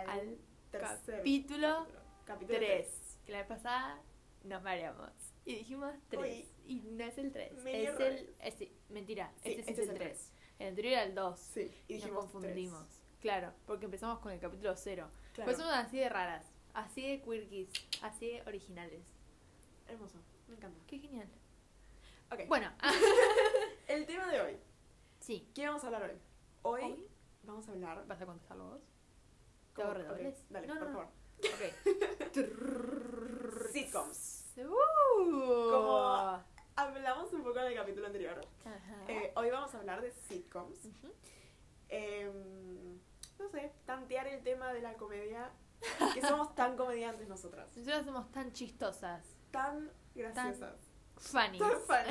al tercer capítulo capítulo 3. Que la vez pasada nos mareamos y dijimos 3. Uy. Y no es el 3. Medio Es raro. sí, mentira. Sí, este sí este es el 3. El anterior era el 2. Sí, y Nos dijimos confundimos. Claro, porque empezamos con el capítulo 0. 3. Claro. Pues somos así de raras, así de quirkies, así de originales. Hermoso, me encanta. Qué genial. Ok, Bueno, el tema de hoy. sí. ¿Qué vamos a hablar hoy? Hoy ¿Hoy? vamos a hablar... ¿Vas a contestarlo vos? ¿Te ¿Cómo? hago redobles? Ok, dale, No, por no, no. favor. Ok. Sitcoms. Como Como hablamos un poco en el capítulo anterior, Ajá. hoy vamos a hablar de sitcoms. Ujú. No sé, tantear el tema de la comedia, que somos tan comediantes nosotras, Nosotras somos tan chistosas, tan graciosas, funny. tan funny.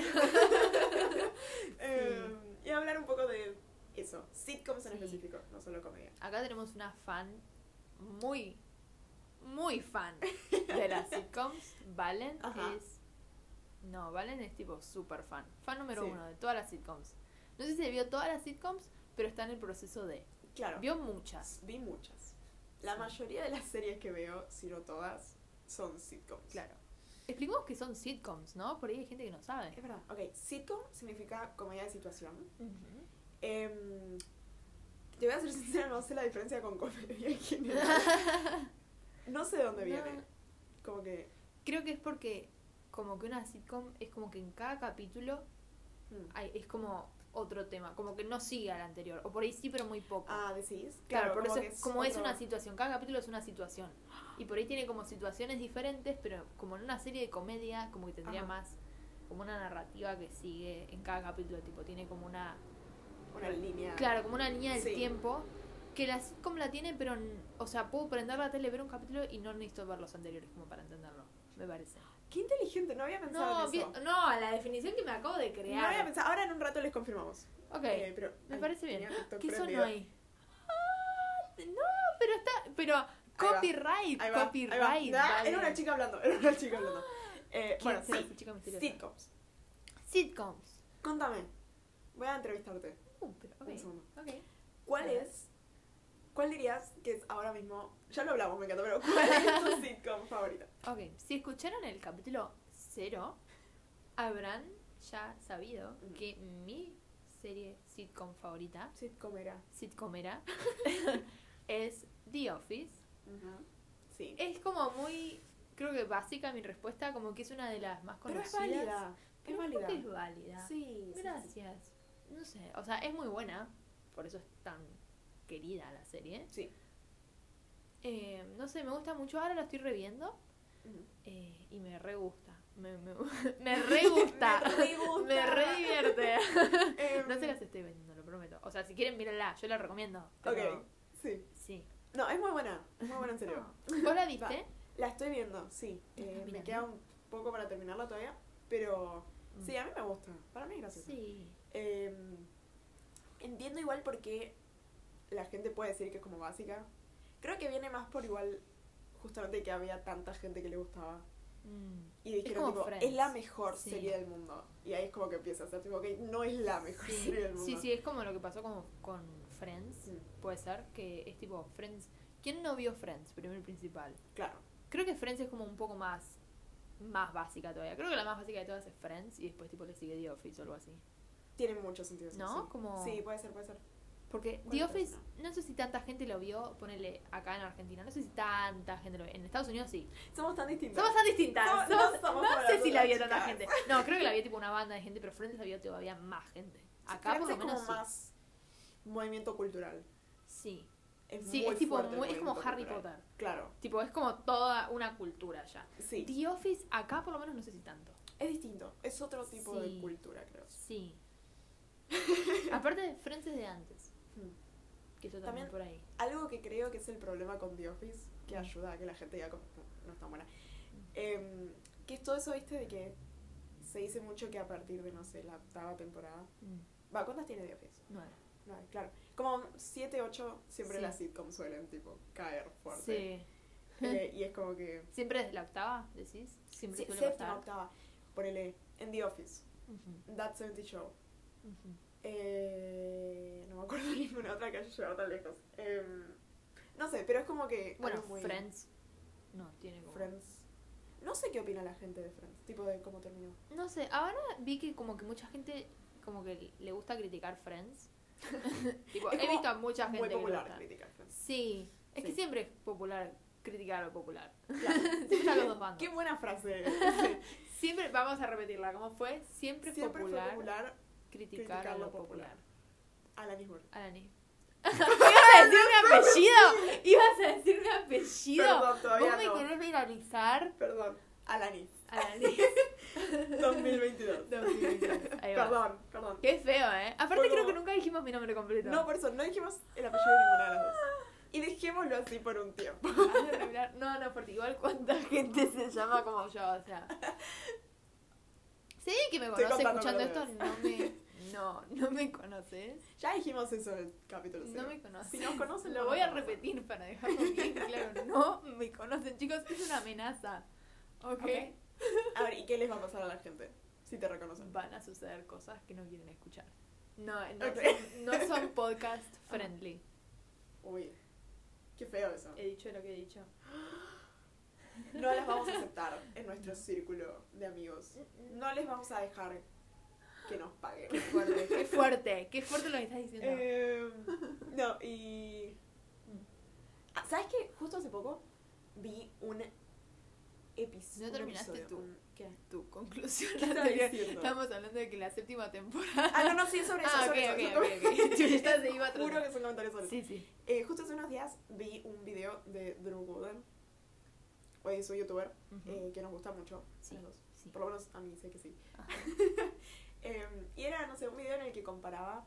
Y hablar un poco de eso, sitcoms en Sí. específico, no solo comedia. Acá tenemos una fan muy, muy fan de las sitcoms. Valen Ajá. Valen es tipo super fan. Fan número Sí. 1 de todas las sitcoms. No sé si se vio todas las sitcoms, pero está en el proceso de. Claro, Vio muchas. vi muchas. La Sí. mayoría de las series que veo, si no todas, son sitcoms. Claro. Expliquemos que son sitcoms, ¿no? Por ahí hay gente que no sabe. Es verdad. Ok, sitcom significa comedia de situación. Ujú. Te voy a ser sincera, no sé la diferencia con comedia en general. No sé de dónde viene. No. Como que... Creo que es porque como que una sitcom es como que en cada capítulo es como otro tema, como que no sigue al anterior, o por ahí sí, pero muy poco. Ah, decís. Claro, por como eso que es, como es otro- una situación, cada capítulo es una situación. Y por ahí tiene como situaciones diferentes, pero como en una serie de comedia, como que tendría Ajá. más como una narrativa que sigue en cada capítulo, tipo, tiene como una... Una línea. Claro, como una línea del Sí. tiempo, que la sitcom la tiene, pero, o sea, puedo prender la tele, ver un capítulo y no necesito ver los anteriores como para entenderlo, me parece. Qué inteligente, no había pensado No, en eso. no, la definición que me acabo de No crear. había pensado. Ahora en un rato les confirmamos. Ok, Pero, me ay, parece bien. tenía TikTok ¿Qué sonó prendido. ahí? No, pero está... Pero va. copyright, Ahí va, copyright. ahí va. vale. Era una chica hablando, era una chica hablando. Bueno, será sí. esa chica misteriosa? Sitcoms. Sitcoms. Contame. Voy a entrevistarte. Pero, Un segundo. ok. ¿Cuál dirías que es ahora mismo? Ya lo hablamos, me encanta, pero ¿cuál es tu sitcom favorita? Ok, si escucharon el capítulo 0, habrán ya sabido Ujú. que mi serie sitcom favorita, sitcomera, es The Office. Sí. Es como muy, creo que básica mi respuesta, como que es una de las más Pero conocidas. es válida. Pero Es creo válida. que es válida. Sí. Gracias. No sé, o sea, es muy buena, por eso es tan querida la serie. Sí. No sé, me gusta mucho, ahora la estoy reviendo Ujú. y me re gusta. Me re gusta. Me re gusta. Me re divierte. Em, No se las estoy vendiendo, lo prometo. O sea, si quieren, mírenla, yo la recomiendo. Pero Ok, sí. sí. No, es muy buena en serio. No. ¿Vos la viste? La estoy viendo, sí. Estás Me mirando. queda un poco para terminarla todavía, pero Mm. sí, a mí me gusta. Para mí es graciosa. Sí. Entiendo igual por qué la gente puede decir que es como básica. Creo que viene más por igual justamente que había tanta gente que le gustaba. Y dijeron, como tipo, Friends. es la mejor Sí. serie del mundo. Y ahí es como que empieza a ser, tipo, ok, no es la mejor Sí. serie del mundo. Sí, es como lo que pasó con Friends. Mm, Puede ser que es tipo Friends. ¿Quién no vio Friends? Primero y principal. claro. Creo que Friends es como un poco más básica todavía. Creo que la más básica de todas es Friends y después tipo le sigue The Office o algo así. Tiene mucho sentido eso. ¿No? Sí. Como- Sí, puede ser. Porque ¿Cuál The es Office, esa? no sé si tanta gente lo vio, ponele acá en Argentina, no sé si tanta gente lo vio. En Estados Unidos sí. Somos tan distintos. Somos tan distintas. No somos no como sé las si la vio otras tanta chicas. gente. No, creo que la vio tipo una banda de gente, pero Friends la vio todavía más gente. Acá por Friends lo es menos como sí. más movimiento cultural. Sí. Es Sí, muy es tipo fuerte el es como movimiento Harry cultural. Potter. Claro, Tipo, es como toda una cultura ya. sí. The Office acá por lo menos no sé si tanto. Es distinto. Es otro tipo Sí. de cultura, creo. Sí. Aparte, Friends es de antes. Hmm. Que eso también También- por ahí. Algo que creo que es el problema con The Office, que Mm. ayuda a que la gente diga como, no es tan buena, que es todo eso, viste, de que se dice mucho que a partir de, no sé, la octava temporada... Va, ¿cuántas tiene The Office? 9. 9, claro. Como 7, 8, siempre Sí. las sitcoms suelen, tipo, caer fuerte. Sí. Y es como que... ¿Siempre desde la octava, decís? Siempre suele séptima, pasar. octava. Ponele, en The Office, Ujú, That 70 Show. ujú. No me acuerdo de ninguna otra que haya llegado tan lejos. No sé, pero es como que... Bueno, algo muy... Friends. No, tiene como... Friends. No sé qué opina la gente de Friends, tipo de cómo terminó. No sé, ahora vi que como que mucha gente como que le gusta criticar Friends. Tipo, Es he visto a mucha gente muy que le popular gusta. criticar Friends. Sí, es que Sí. siempre es popular criticar lo popular. Claro. Siempre están los dos bandos. Qué buena frase. Siempre, vamos a repetirla, ¿cómo fue? Siempre, Siempre popular, fue popular criticar a lo popular. Alanis Morissette. Alanis. ¿Ibas a decir mi apellido? ¿Ibas a decir mi apellido? Perdón, todavía ¿Vos me no. querés viralizar? Perdón. Alanis. Alanis. 2022. 2022. Ahí va. Perdón. Qué feo, ¿eh? Aparte Fue creo como- que nunca dijimos mi nombre completo. No, por eso, no dijimos el apellido de ninguna de las dos. Y dejémoslo así por un tiempo. Vas a revelar- No, porque igual cuánta gente se llama como yo, o sea. Si alguien que me Estoy conoce contando escuchando con los esto no me conoces. Ya dijimos eso en el capítulo 0. No me conoces. Si nos conocen, Lo no voy nos a conocen. repetir para dejarlo bien claro. No me conocen, chicos, es una amenaza. ¿Ok? Ok. A ver, ¿y qué les va a pasar a la gente si te reconocen? Van a suceder cosas que no quieren escuchar. No, Ok. no son podcast friendly. Uy, qué feo eso. He dicho lo que he dicho. No las vamos a aceptar en nuestro círculo de amigos. No les vamos a dejar que nos paguen. Qué fuerte lo que estás diciendo. No, y... ¿Sabes qué? Justo hace poco vi un episodio. No terminaste ¿Qué? tu conclusión ¿Qué estaba anterior. diciendo? Estamos hablando de que la séptima temporada. Ah, no, sí, sobre eso. Ah, sobre ok, eso. ok. Yo ya se iba a Juro tratar. que son comentarios sobre eso. Sí, sí. Justo hace unos días vi un video de Drew Gooden, su youtuber, Ujú. que nos gusta mucho. Sí, a los dos. sí. Por lo menos a mí sé que sí. Ajá. Y era, no sé, un video en el que comparaba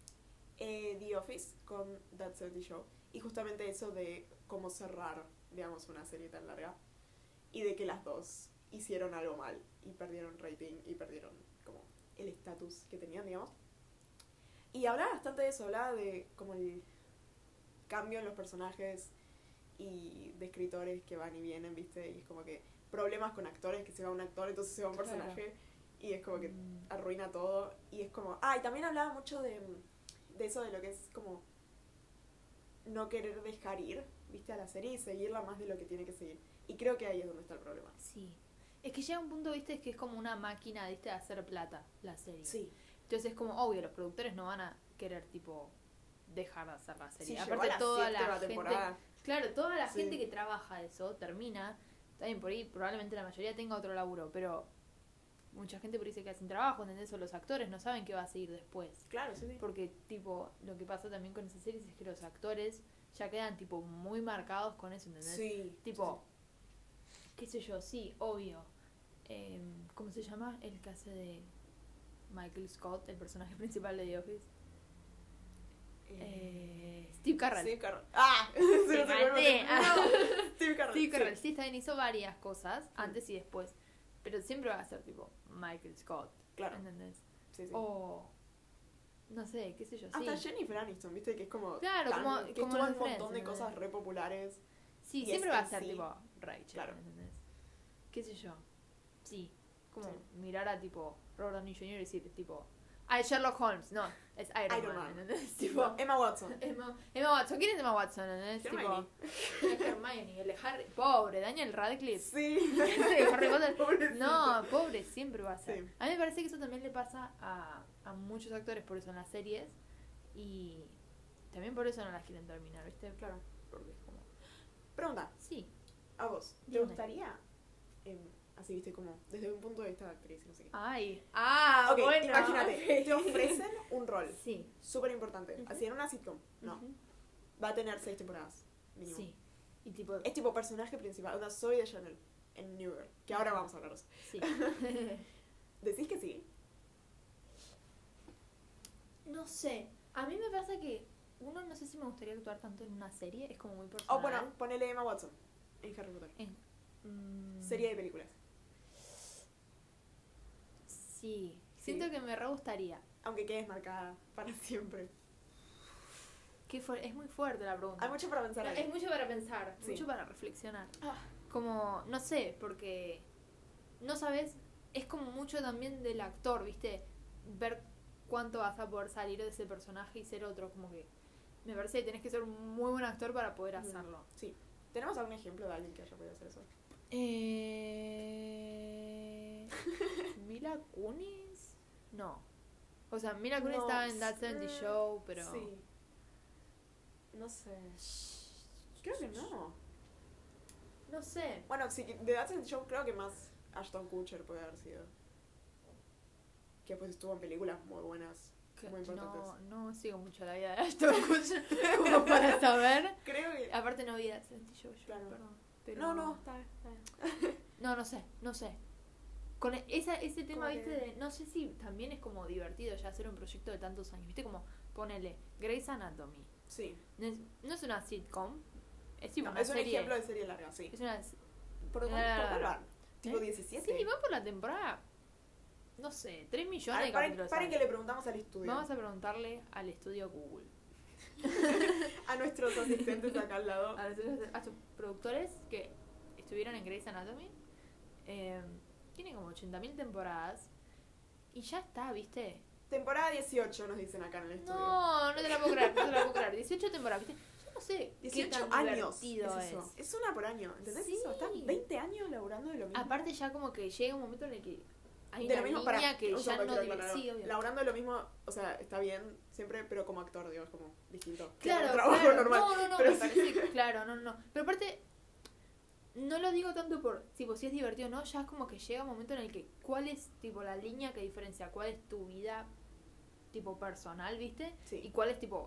The Office con That 70 Show. Y justamente eso de cómo cerrar, digamos, una serie tan larga. Y de que las dos hicieron algo mal. Y perdieron rating y perdieron como el estatus que tenían, digamos. Y hablaba bastante de eso, hablaba de como el cambio en los personajes y de escritores que van y vienen, ¿viste? Y es como que problemas con actores, que se va un actor, entonces se va un Claro. personaje. Y es como que Mm. arruina todo. Y es como... Ah, y también hablaba mucho de eso, de lo que es como no querer dejar ir, ¿viste? A la serie y seguirla más de lo que tiene que seguir. Y creo que ahí es donde está el problema. Sí. Es que llega un punto, viste, que es como una máquina, viste, de hacer plata la serie. Sí. Entonces es como obvio, los productores no van a querer, tipo, dejar de hacer la serie. Sí, Aparte llegó a toda séptima la gente... temporada. Claro, toda la Sí. gente que trabaja eso termina, también por ahí probablemente la mayoría tenga otro laburo, pero mucha gente por ahí se queda sin trabajo, ¿entendés? O los actores no saben qué va a seguir después. Claro, sí, sí. Porque, tipo, lo que pasa también con esas series es que los actores ya quedan, tipo, muy marcados con eso, ¿entendés? Sí. Tipo, qué sé yo, sí, obvio. ¿Cómo se llama? El que hace de Michael Scott, el personaje principal de The Office. Steve Carell. Steve Carell. ¡Ah! Se Te lo sé cómo maté. se llama. Steve Carell. Steve Carell, Sí. sí, está bien, hizo varias cosas, antes y después. Pero siempre va a ser, tipo, Michael Scott. Claro. ¿Entendés? Sí, sí. O. No sé, qué sé yo, sí. Hasta Jennifer Aniston, ¿viste? Que es como... Claro, como que los estuvo en un de montón Friends, de ¿entendés? cosas re populares. Sí, y siempre es va a en ser sí. tipo Rachel, Claro. ¿entendés? ¿Qué sé yo? Sí. Como Sí. mirar a tipo Robert Downey Jr. y decir tipo, es Sherlock Holmes, no, es Iron, Iron Man, Man. ¿entendés? Tipo, Emma Watson. Emma Watson, ¿quién es Emma Watson? ¿Entendés? Hermione. Tipo, Hermione, el de Harry, pobre, Daniel Radcliffe. Sí. Ese de Harry Potter. Pobrecito. No, pobre, siempre va a ser. Sí. A mí me parece que eso también le pasa a muchos actores, por eso en las series. Y también por eso no las quieren terminar, ¿viste? Claro. Porque es como, Pregunta, sí. a vos. ¿Te Dime. gustaría, así viste, como desde un punto de vista de actriz y no sé qué? Ay, Ok, bueno. imagínate, te ofrecen un rol Sí. súper importante. Ujú. Así en una sitcom. No, Ujú. va a tener 6 temporadas. Mínimo. Sí. Y tipo, Es tipo personaje principal. O sea, soy de Chanel en New York. Que ahora vamos a hablar de eso. sí. ¿Decís que sí? No sé. A mí me pasa que uno no sé si me gustaría actuar tanto en una serie, es como muy personal. O bueno, ponele Emma Watson en Harry Potter. Serie de películas. Sí. Sí. Siento que me re gustaría. Aunque quedes marcada para siempre. Es muy fuerte la pregunta. Hay mucho para pensar ahí. Es mucho para pensar, Sí. mucho para reflexionar. Ah. Como, no sé, porque no sabes, es como mucho también del actor, ¿viste? Ver cuánto vas a poder salir de ese personaje y ser otro, como que me parece que tenés que ser un muy buen actor para poder hacerlo. Sí. ¿Tenemos algún ejemplo de alguien que haya podido hacer eso? ¿Mila Kunis? No. O sea, Mila Kunis No, estaba en That 70 Show, pero... Sí. No sé. Creo que no. No sé. Bueno, sí, de That 70 Show creo que más Ashton Kutcher puede haber sido. Que pues estuvo en películas muy buenas, muy importantes. No sigo mucho la vida de Ashton Kutcher como para saber. Creo que... Aparte no vi That 70 Show, Claro. perdón. Pero... No, está bien. No sé. Con ese tema, Como viste, de, no sé si también es como divertido ya hacer un proyecto de tantos años, viste, como ponele Grey's Anatomy. Sí. No es una sitcom, es tipo No, una es un serie. ejemplo de serie larga, sí. Es una... ¿Por cuál van? ¿Tipo 17? Sí, va por la temporada, no sé, 3 millones A de ver, capítulos. paren que le preguntamos al estudio. Vamos a preguntarle al estudio Google. A nuestros asistentes acá al lado. A sus productores que estuvieron en Grey's Anatomy. Tiene como 80.000 temporadas. Y ya está, ¿viste? Temporada 18 nos dicen acá en el estudio. No te la puedo creer, 18 temporadas, ¿viste? Yo no sé 18 qué tan años divertido es eso. Es una por año, ¿entendés Sí. eso? Están 20 años laburando de lo mismo. Aparte ya como que llega un momento en el que hay de una lo mismo, línea que un ya segundo, no... quiero aclarar. Sí, obvio. Laburando de lo mismo, o sea, está bien siempre, pero como actor, digo, es como distinto. Claro, un trabajo claro. normal. No, pero me sí. parece que, claro, no. Pero aparte, no lo digo tanto por, tipo, si es divertido o no, ya es como que llega un momento en el que, ¿cuál es, tipo, la línea que diferencia? ¿Cuál es tu vida, tipo, personal, viste? Sí. Y cuál es, tipo,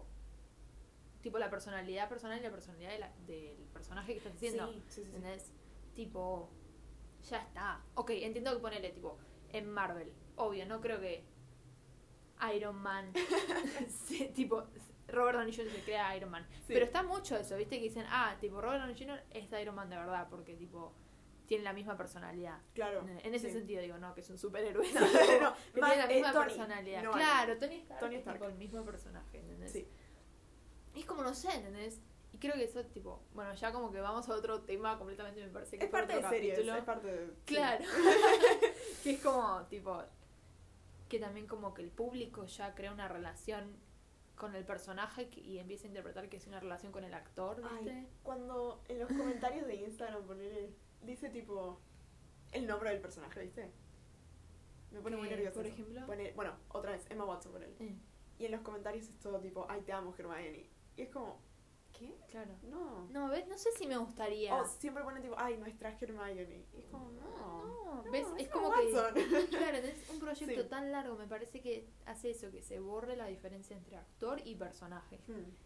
la personalidad personal y la personalidad del personaje que estás haciendo. Sí. ¿Entendés? Tipo, ya está. Ok, entiendo que ponele, tipo, en Marvel, obvio, no creo que Iron Man, tipo, Robert Downey Jr. se crea Iron Man. Sí. Pero está mucho eso, ¿viste? Que dicen, tipo, Robert Downey Jr. es Iron Man de verdad, porque, tipo, tiene la misma personalidad. Claro. En ese sí. sentido, digo, no, que es un superhéroe. No, que más, tiene la misma Tony, personalidad. no Claro, Tony Stark. Tony Es Stark. tipo el mismo personaje, ¿entendés? Sí. Y es como, no sé, ¿entendés? Y creo que eso, tipo, bueno, ya como que vamos a otro tema completamente, me parece que Es parte de otro series, capítulo. es parte de... Claro. Que es como, tipo, que también como que el público ya crea una relación con el personaje y empieza a interpretar que es una relación con el actor, ¿viste? Ay, cuando en los comentarios de Instagram dice tipo el nombre del personaje, ¿viste? Me pone muy nerviosa. Por eso. ejemplo. Bueno, otra vez, Emma Watson con él. Y en los comentarios es todo tipo, ay, te amo, Hermione. Y es como, ¿qué? Claro. No. No, ¿ves? No sé si me gustaría. O siempre ponen tipo, ay, nuestra Hermione. Y es como, no. ¿Ves? No, Es Emma como Watson. que... Claro, es un proyecto Sí. tan largo, me parece que hace eso, que se borre la diferencia entre actor y personaje.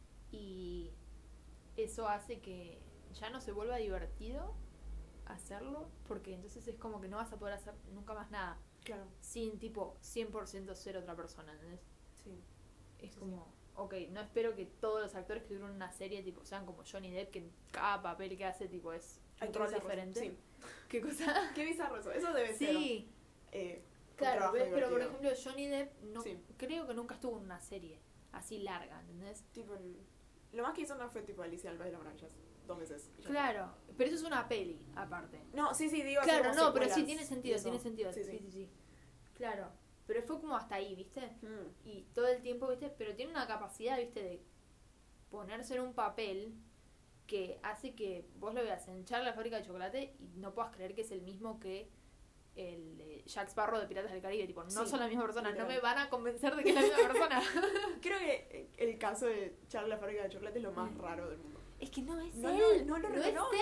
Y eso hace que ya no se vuelva divertido hacerlo, porque entonces es como que no vas a poder hacer nunca más nada Claro, sin, tipo, 100% ser otra persona, ¿entendés? sí. Es Sí, como, ok, no espero que todos los actores que tuvieron una serie, tipo, sean como Johnny Depp, que en cada papel que hace, tipo, es Ay, un qué rol bizarro. diferente. Sí. ¿Qué cosa? Qué bizarro eso. Eso debe ser. Sí, Un claro, trabajo ¿ves? Pero por divertido. ejemplo, Johnny Depp no, Sí. creo que nunca estuvo en una serie así larga, ¿entendés? Tipo, lo más que hizo no fue tipo Alicia en el País de las Maravillas. 2 veces. Ya Claro, pero eso es una peli, aparte. está. No, sí, digo. así Claro, como no, pero sí secuelas tiene y sentido, eso. tiene sentido. Sí, Sí, sí. sí. Claro, pero fue como hasta ahí, ¿viste? Mm. Y todo el tiempo, ¿viste? Pero tiene una capacidad, ¿viste? De ponerse en un papel que hace que vos lo veas en Charlie la fábrica de chocolate y no puedas creer que es el mismo que el Jack Sparrow de Piratas del Caribe. Tipo, no Sí, son la misma persona, literal. no me van a convencer de que es la misma persona. Creo que el caso de Charlie la fábrica de chocolate es lo más raro del mundo. Es que no es No, él. no lo es reconozco.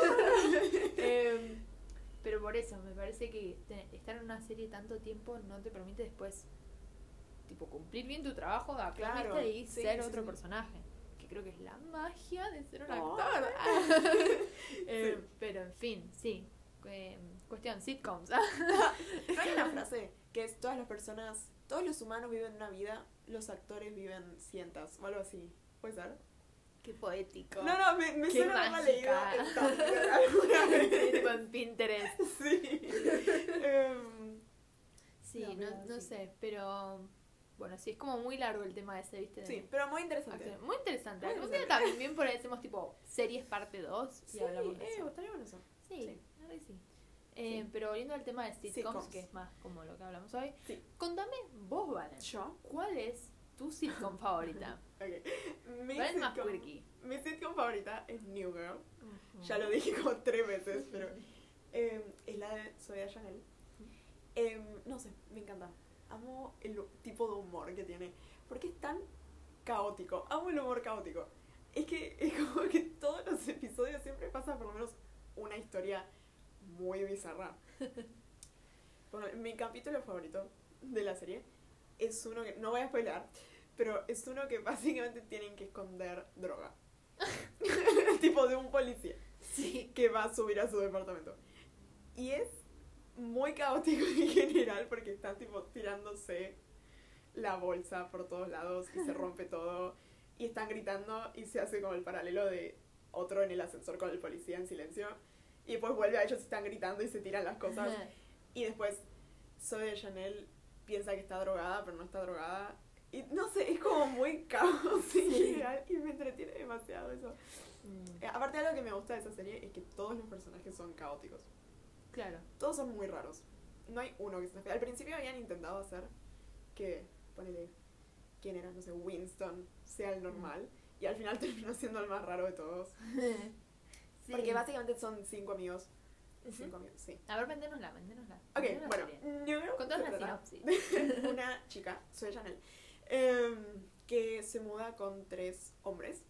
él. Pero por eso, me parece que estar en una serie tanto tiempo no te permite después, tipo, cumplir bien tu trabajo de actor, Claro, ¿viste? Y sí, ser sí, otro sí. personaje. Que creo que es la magia de ser un Oh. actor. Sí. Pero en fin, sí. Cuestión, sitcoms. Pero hay una frase que es todas los humanos viven una vida, los actores viven cientos, o algo así. ¿Puede ser? Qué poético. No, me Qué suena haberla leído mágica. en Tumblr alguna vez. Tipo en Pinterest. Sí. Sí, No, pero no sí. sé, pero bueno, sí, es como muy largo el tema ese, ¿viste? Sí, pero muy interesante. Actor. Muy interesante. Muy Algún interesante. día también por ahí hacemos tipo series parte 2 y Sí, hablamos de eso. estaría bueno eso. Sí, sí. la verdad que sí. Sí. Pero volviendo al tema de sitcoms, Sitcoms. que es más como lo que hablamos hoy, Sí. contame vos, Valen, ¿Yo? ¿cuál es tu sitcom favorita? Ok. ¿Cuál es más quirky? Mi sitcom favorita es New Girl. Ujú. Ya lo dije como 3 veces, pero es la de Zooey Deschanel. No sé, me encanta. Amo el tipo de humor que tiene. Porque es tan caótico. Amo el humor caótico. Es que es como que todos los episodios siempre pasa por lo menos una historia muy bizarra. Bueno, mi capítulo favorito de la serie es uno que, no voy a spoiler, pero es uno que básicamente tienen que esconder droga. Tipo de un policía Sí. que va a subir a su departamento. Y es muy caótico en general porque están tipo tirándose la bolsa por todos lados y se rompe todo y están gritando y se hace como el paralelo de otro en el ascensor con el policía en silencio y después vuelve a ellos y están gritando y se tiran las cosas y después Zooey Deschanel piensa que está drogada pero no está drogada y no sé, es como muy caos en general y me entretiene demasiado eso. Aparte, algo que me gusta de esa serie es que todos los personajes son caóticos. Claro. Todos son muy raros. No hay uno que se esté. Al principio habían intentado hacer que, ponele, ¿quién era? No sé, Winston sea el normal. Y al final terminó siendo el más raro de todos. Sí. Porque básicamente son 5 amigos. Ujú. 5 amigos, sí. A ver, véndenosla. Ok, Véndenos la bueno. serie. New Girl Contanos se la trata sinopsis. de una chica, Zooey Deschanel, que se muda con 3 hombres.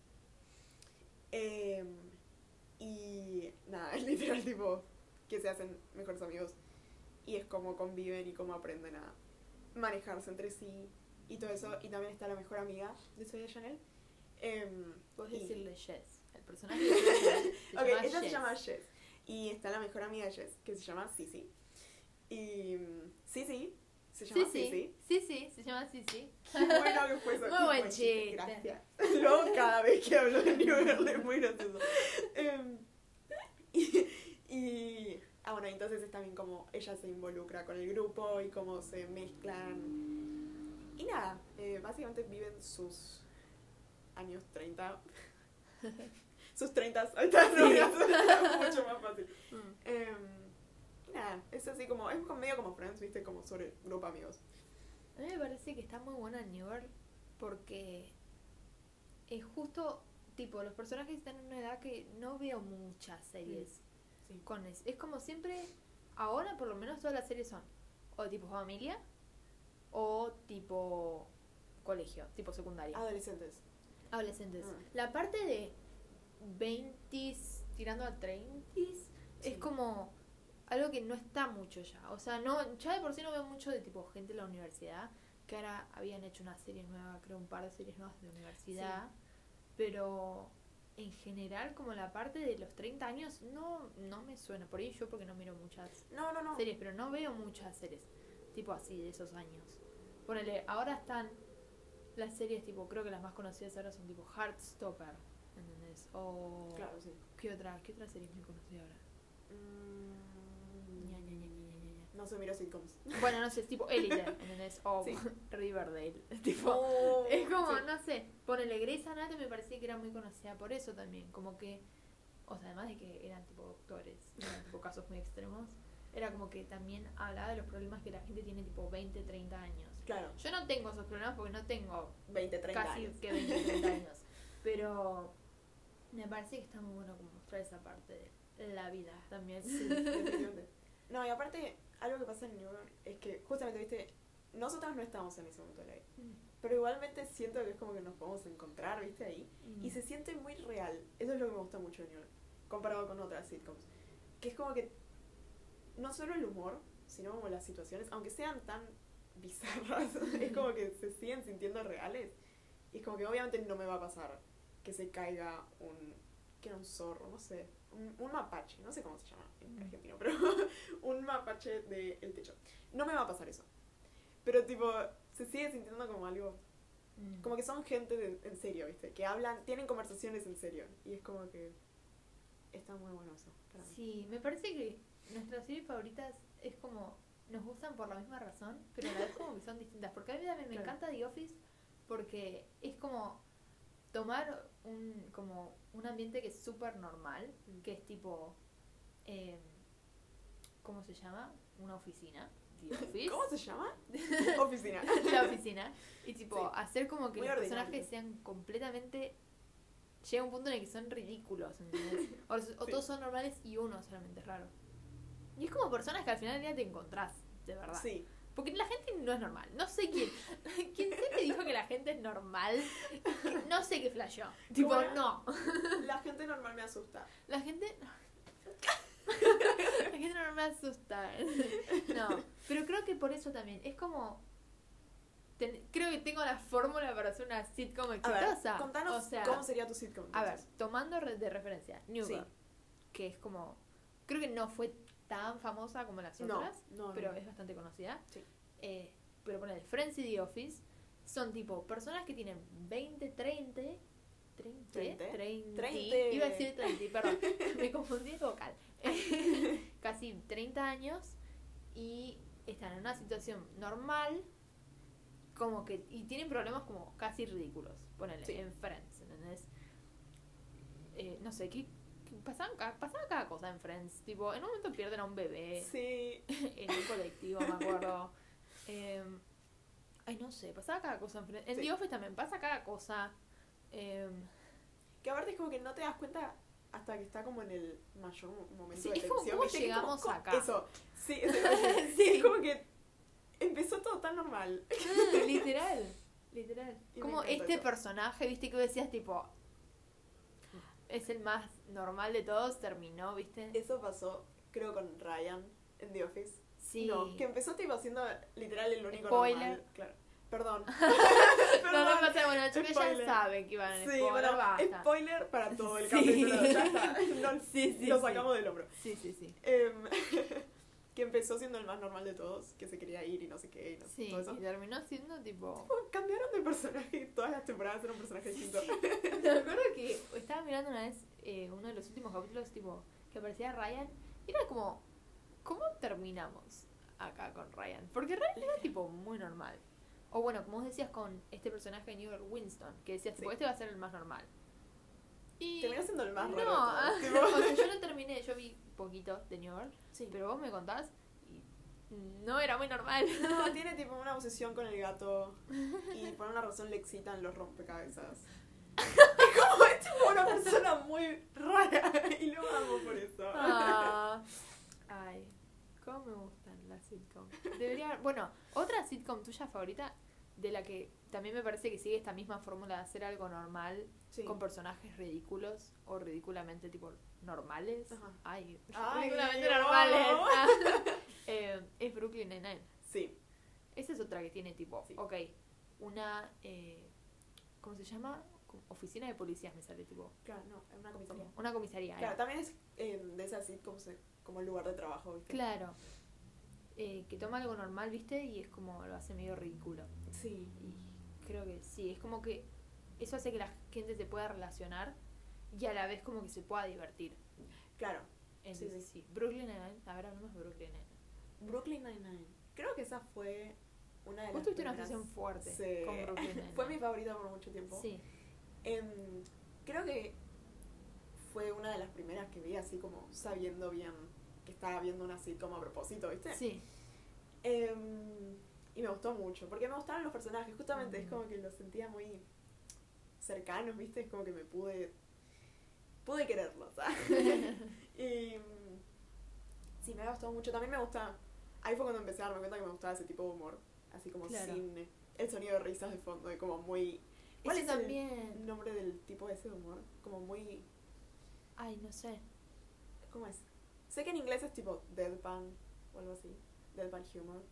Y nada, es literal tipo que se hacen mejores amigos y es como conviven y cómo aprenden a manejarse entre sí y todo eso. Y también está la mejor amiga de Zooey Deschanel. Puedes y- decirle Jess. El personaje de Jess se Ok, llama ella se Jess. llama Jess. Y está la mejor amiga de Jess, que se llama Sissy. Y Sissy se llama Sissy. Sí, se llama Sissy. Qué bueno que fue eso. Muy qué buen chiste. Gracias. Luego cada vez que hablo de New Girl es muy gracioso. Bueno, entonces es también como ella se involucra con el grupo y cómo se mezclan. Y nada, básicamente viven sus años 30. Sus 30 ahorita no, mucho más fácil. Y nada, es así como, es medio como Friends, viste, como sobre grupo de amigos. A mí me parece que está muy buena New Girl porque es justo, tipo, los personajes están en una edad que no veo muchas series Sí. con eso. Es como siempre, ahora por lo menos todas las series son o tipo familia o tipo colegio, tipo secundaria. Adolescentes. Adolescentes. Mm. La parte de 20s tirando a 30s es Sí. como algo que no está mucho ya. O sea, no, ya de por sí no veo mucho de tipo gente en la universidad, que ahora habían hecho una serie nueva, creo un par de series nuevas de universidad, pero en general como la parte de los 30 años no me suena. Por ahí yo porque no miro muchas No. series, pero no veo muchas series tipo así de esos años. Ponele, ahora están las series tipo, creo que las más conocidas ahora son tipo Heartstopper, ¿entendés? O Claro, sí. ¿qué otra serie es muy conocida ahora? Ña, ña, ña, ña, ña, ña. No sé, miro sitcoms. Bueno, no sé, es tipo Elite, ¿entendés? O Sí. Riverdale, tipo, Oh, es como, sí. no sé, ponele Grey's Anatomy me parecía que era muy conocida por eso también, como que, o sea, además de que eran tipo doctores, eran tipo casos muy extremos, era como que también hablaba de los problemas que la gente tiene tipo 20, 30 años. Claro, Yo no tengo esos problemas porque no tengo 20, 30 casi años. que 20, 30 años, pero me parece que está muy bueno como mostrar esa parte de la vida también. Sí, definitivamente. No, y aparte, algo que pasa en New York es que, justamente, viste, nosotros no estamos en ese momento de la vida. Pero igualmente siento que es como que nos podemos encontrar, viste, ahí. Y se siente muy real. Eso es lo que me gusta mucho de New York, comparado con otras sitcoms. Que es como que, no solo el humor, sino como las situaciones, aunque sean tan bizarras, es como que se siguen sintiendo reales. Y es como que obviamente no me va a pasar que se caiga que era un zorro, no sé, un mapache, no sé cómo se llama en argentino, pero un mapache del techo. No me va a pasar eso. Pero tipo, se sigue sintiendo como algo, como que son gente en serio, ¿viste? Que hablan, tienen conversaciones en serio. Y es como que está muy bueno eso para mí. Sí, me parece que nuestras series favoritas es como, nos gustan por la misma razón, pero a la vez como que son distintas. Porque a mí también me Claro. encanta The Office porque es como tomar como un ambiente que es súper normal, que es tipo ¿cómo se llama? Una oficina. The Office. ¿Cómo se llama? Oficina. La oficina. Y tipo, Sí. hacer como que Muy los ordinario. personajes sean completamente... Llega un punto en el que son ridículos, ¿entendés? O Sí. todos son normales y uno solamente es raro. Y es como personas que al final del día te encontrás, de verdad. Sí. Porque la gente no es normal. No sé quién. ¿Quién sé que dijo que la gente es normal? No sé qué flasheó. Tipo, ¿Cómo era? no. La gente normal me asusta. La gente. La gente no me asusta. No. Pero creo que por eso también. Es como. Creo que tengo la fórmula para hacer una sitcom A exitosa. ver, contanos o sea, cómo sería tu sitcom. a ver, entonces. tomando de referencia New Sí. Girl, que es como. Creo que no fue tan famosa como las No, otras, no, pero no. es bastante conocida. Sí. Pero ponele, Friends y The Office son tipo personas que tienen 20, 30, 30, iba a decir 30, perdón, me confundí de vocal. Casi 30 años y están en una situación normal, como que, y tienen problemas como casi ridículos, ponele, Sí. en Friends, ¿entendés? No sé, pasaban cada cosa en Friends, tipo, en un momento pierden a un bebé Sí. en un colectivo, me acuerdo. Ay, no sé, pasaba cada cosa en Friends. En Sí. The Office también pasa cada cosa. Que aparte es como que no te das cuenta hasta que está como en el mayor momento Sí, de es como, tensión. ¿cómo ¿viste? Que es como, llegamos ¿cómo? acá? Eso. Sí, Sí. es como que empezó todo tan normal. Literal. Literal. Y me Como encanta este eso. personaje, viste, que decías tipo. Es el más normal de todos, terminó, viste. Eso pasó, creo, con Ryan en The Office. Sí. No, que empezó tipo siendo literal el único Spoiler. normal. Claro. Perdón. No, no pasa, bueno, yo que ya Spoiler. saben que iban en Sí, spoiler, bueno, basta. spoiler para todo el Sí. capítulo. Ya está. No, Sí, sí, lo sí. sacamos del hombro. Sí, sí, sí. Que empezó siendo el más normal de todos, que se quería ir y no sé qué, y no, Sí, todo eso. y terminó siendo tipo... Cambiaron de personaje y todas las temporadas era un personaje distinto. Me acuerdo que estaba mirando una vez uno de los últimos capítulos, tipo, que aparecía Ryan, y era como, ¿cómo terminamos acá con Ryan? Porque Ryan era tipo muy normal. O bueno, como vos decías con este personaje de New York, Winston, que decías, tipo, Sí. este va a ser el más normal. Y... Terminó siendo el más No, raro de o todos, tipo. sea, yo no terminé, yo vi poquito de New York, Sí. pero vos me contás y no era muy normal. No, tiene tipo una obsesión con el gato y por una razón le excitan los rompecabezas. Es como, es tipo una persona muy rara y lo amo por eso. Ah, ay, cómo me gustan las sitcoms. Debería, bueno, otra sitcom tuya favorita, de la que también me parece que sigue esta misma fórmula de hacer algo normal Sí. con personajes ridículos o ridículamente tipo normales. Ajá. Ay, Ay, ridículamente wow. normales. Ah, es Brooklyn Nine-Nine. Sí. Esa es otra que tiene tipo, Sí. ok, una, ¿cómo se llama? Como oficina de policías me sale tipo. Claro, no, es una comisaría. Como una comisaría. Claro, ahí. también es de esas sitcoms como el lugar de trabajo, ¿viste? Claro. Que toma algo normal, ¿viste? Y es como lo hace medio ridículo. Sí. Y creo que sí, es como que eso hace que la gente se pueda relacionar y a la vez como que se pueda divertir. Claro. Entonces Sí, sí. Brooklyn Nine-Nine, a ver, hablamos de Brooklyn Nine-Nine. Brooklyn Nine-Nine. Creo que esa fue una de las Vos tuviste una primeras- obsesión fuerte Sí. con Brooklyn Nine-Nine. Fue mi favorita por mucho tiempo. Sí. Creo que fue una de las primeras que vi así como sabiendo bien que estaba viendo una sitcom a propósito, ¿viste? Sí. Y me gustó mucho, porque me gustaban los personajes, justamente es Mm. como que los sentía muy cercanos, ¿viste? Es como que me pude quererlos, ¿sabes? Y sí, me ha gustado mucho. También me gusta, ahí fue cuando empecé a darme cuenta que me gustaba ese tipo de humor, así como Claro. sin el sonido de risas de fondo, y como muy... ¿Cuál Eso es también. el nombre del tipo ese de humor? Como muy... Ay, no sé. ¿Cómo es? Sé que en inglés es tipo deadpan o algo así. Deadpan humor.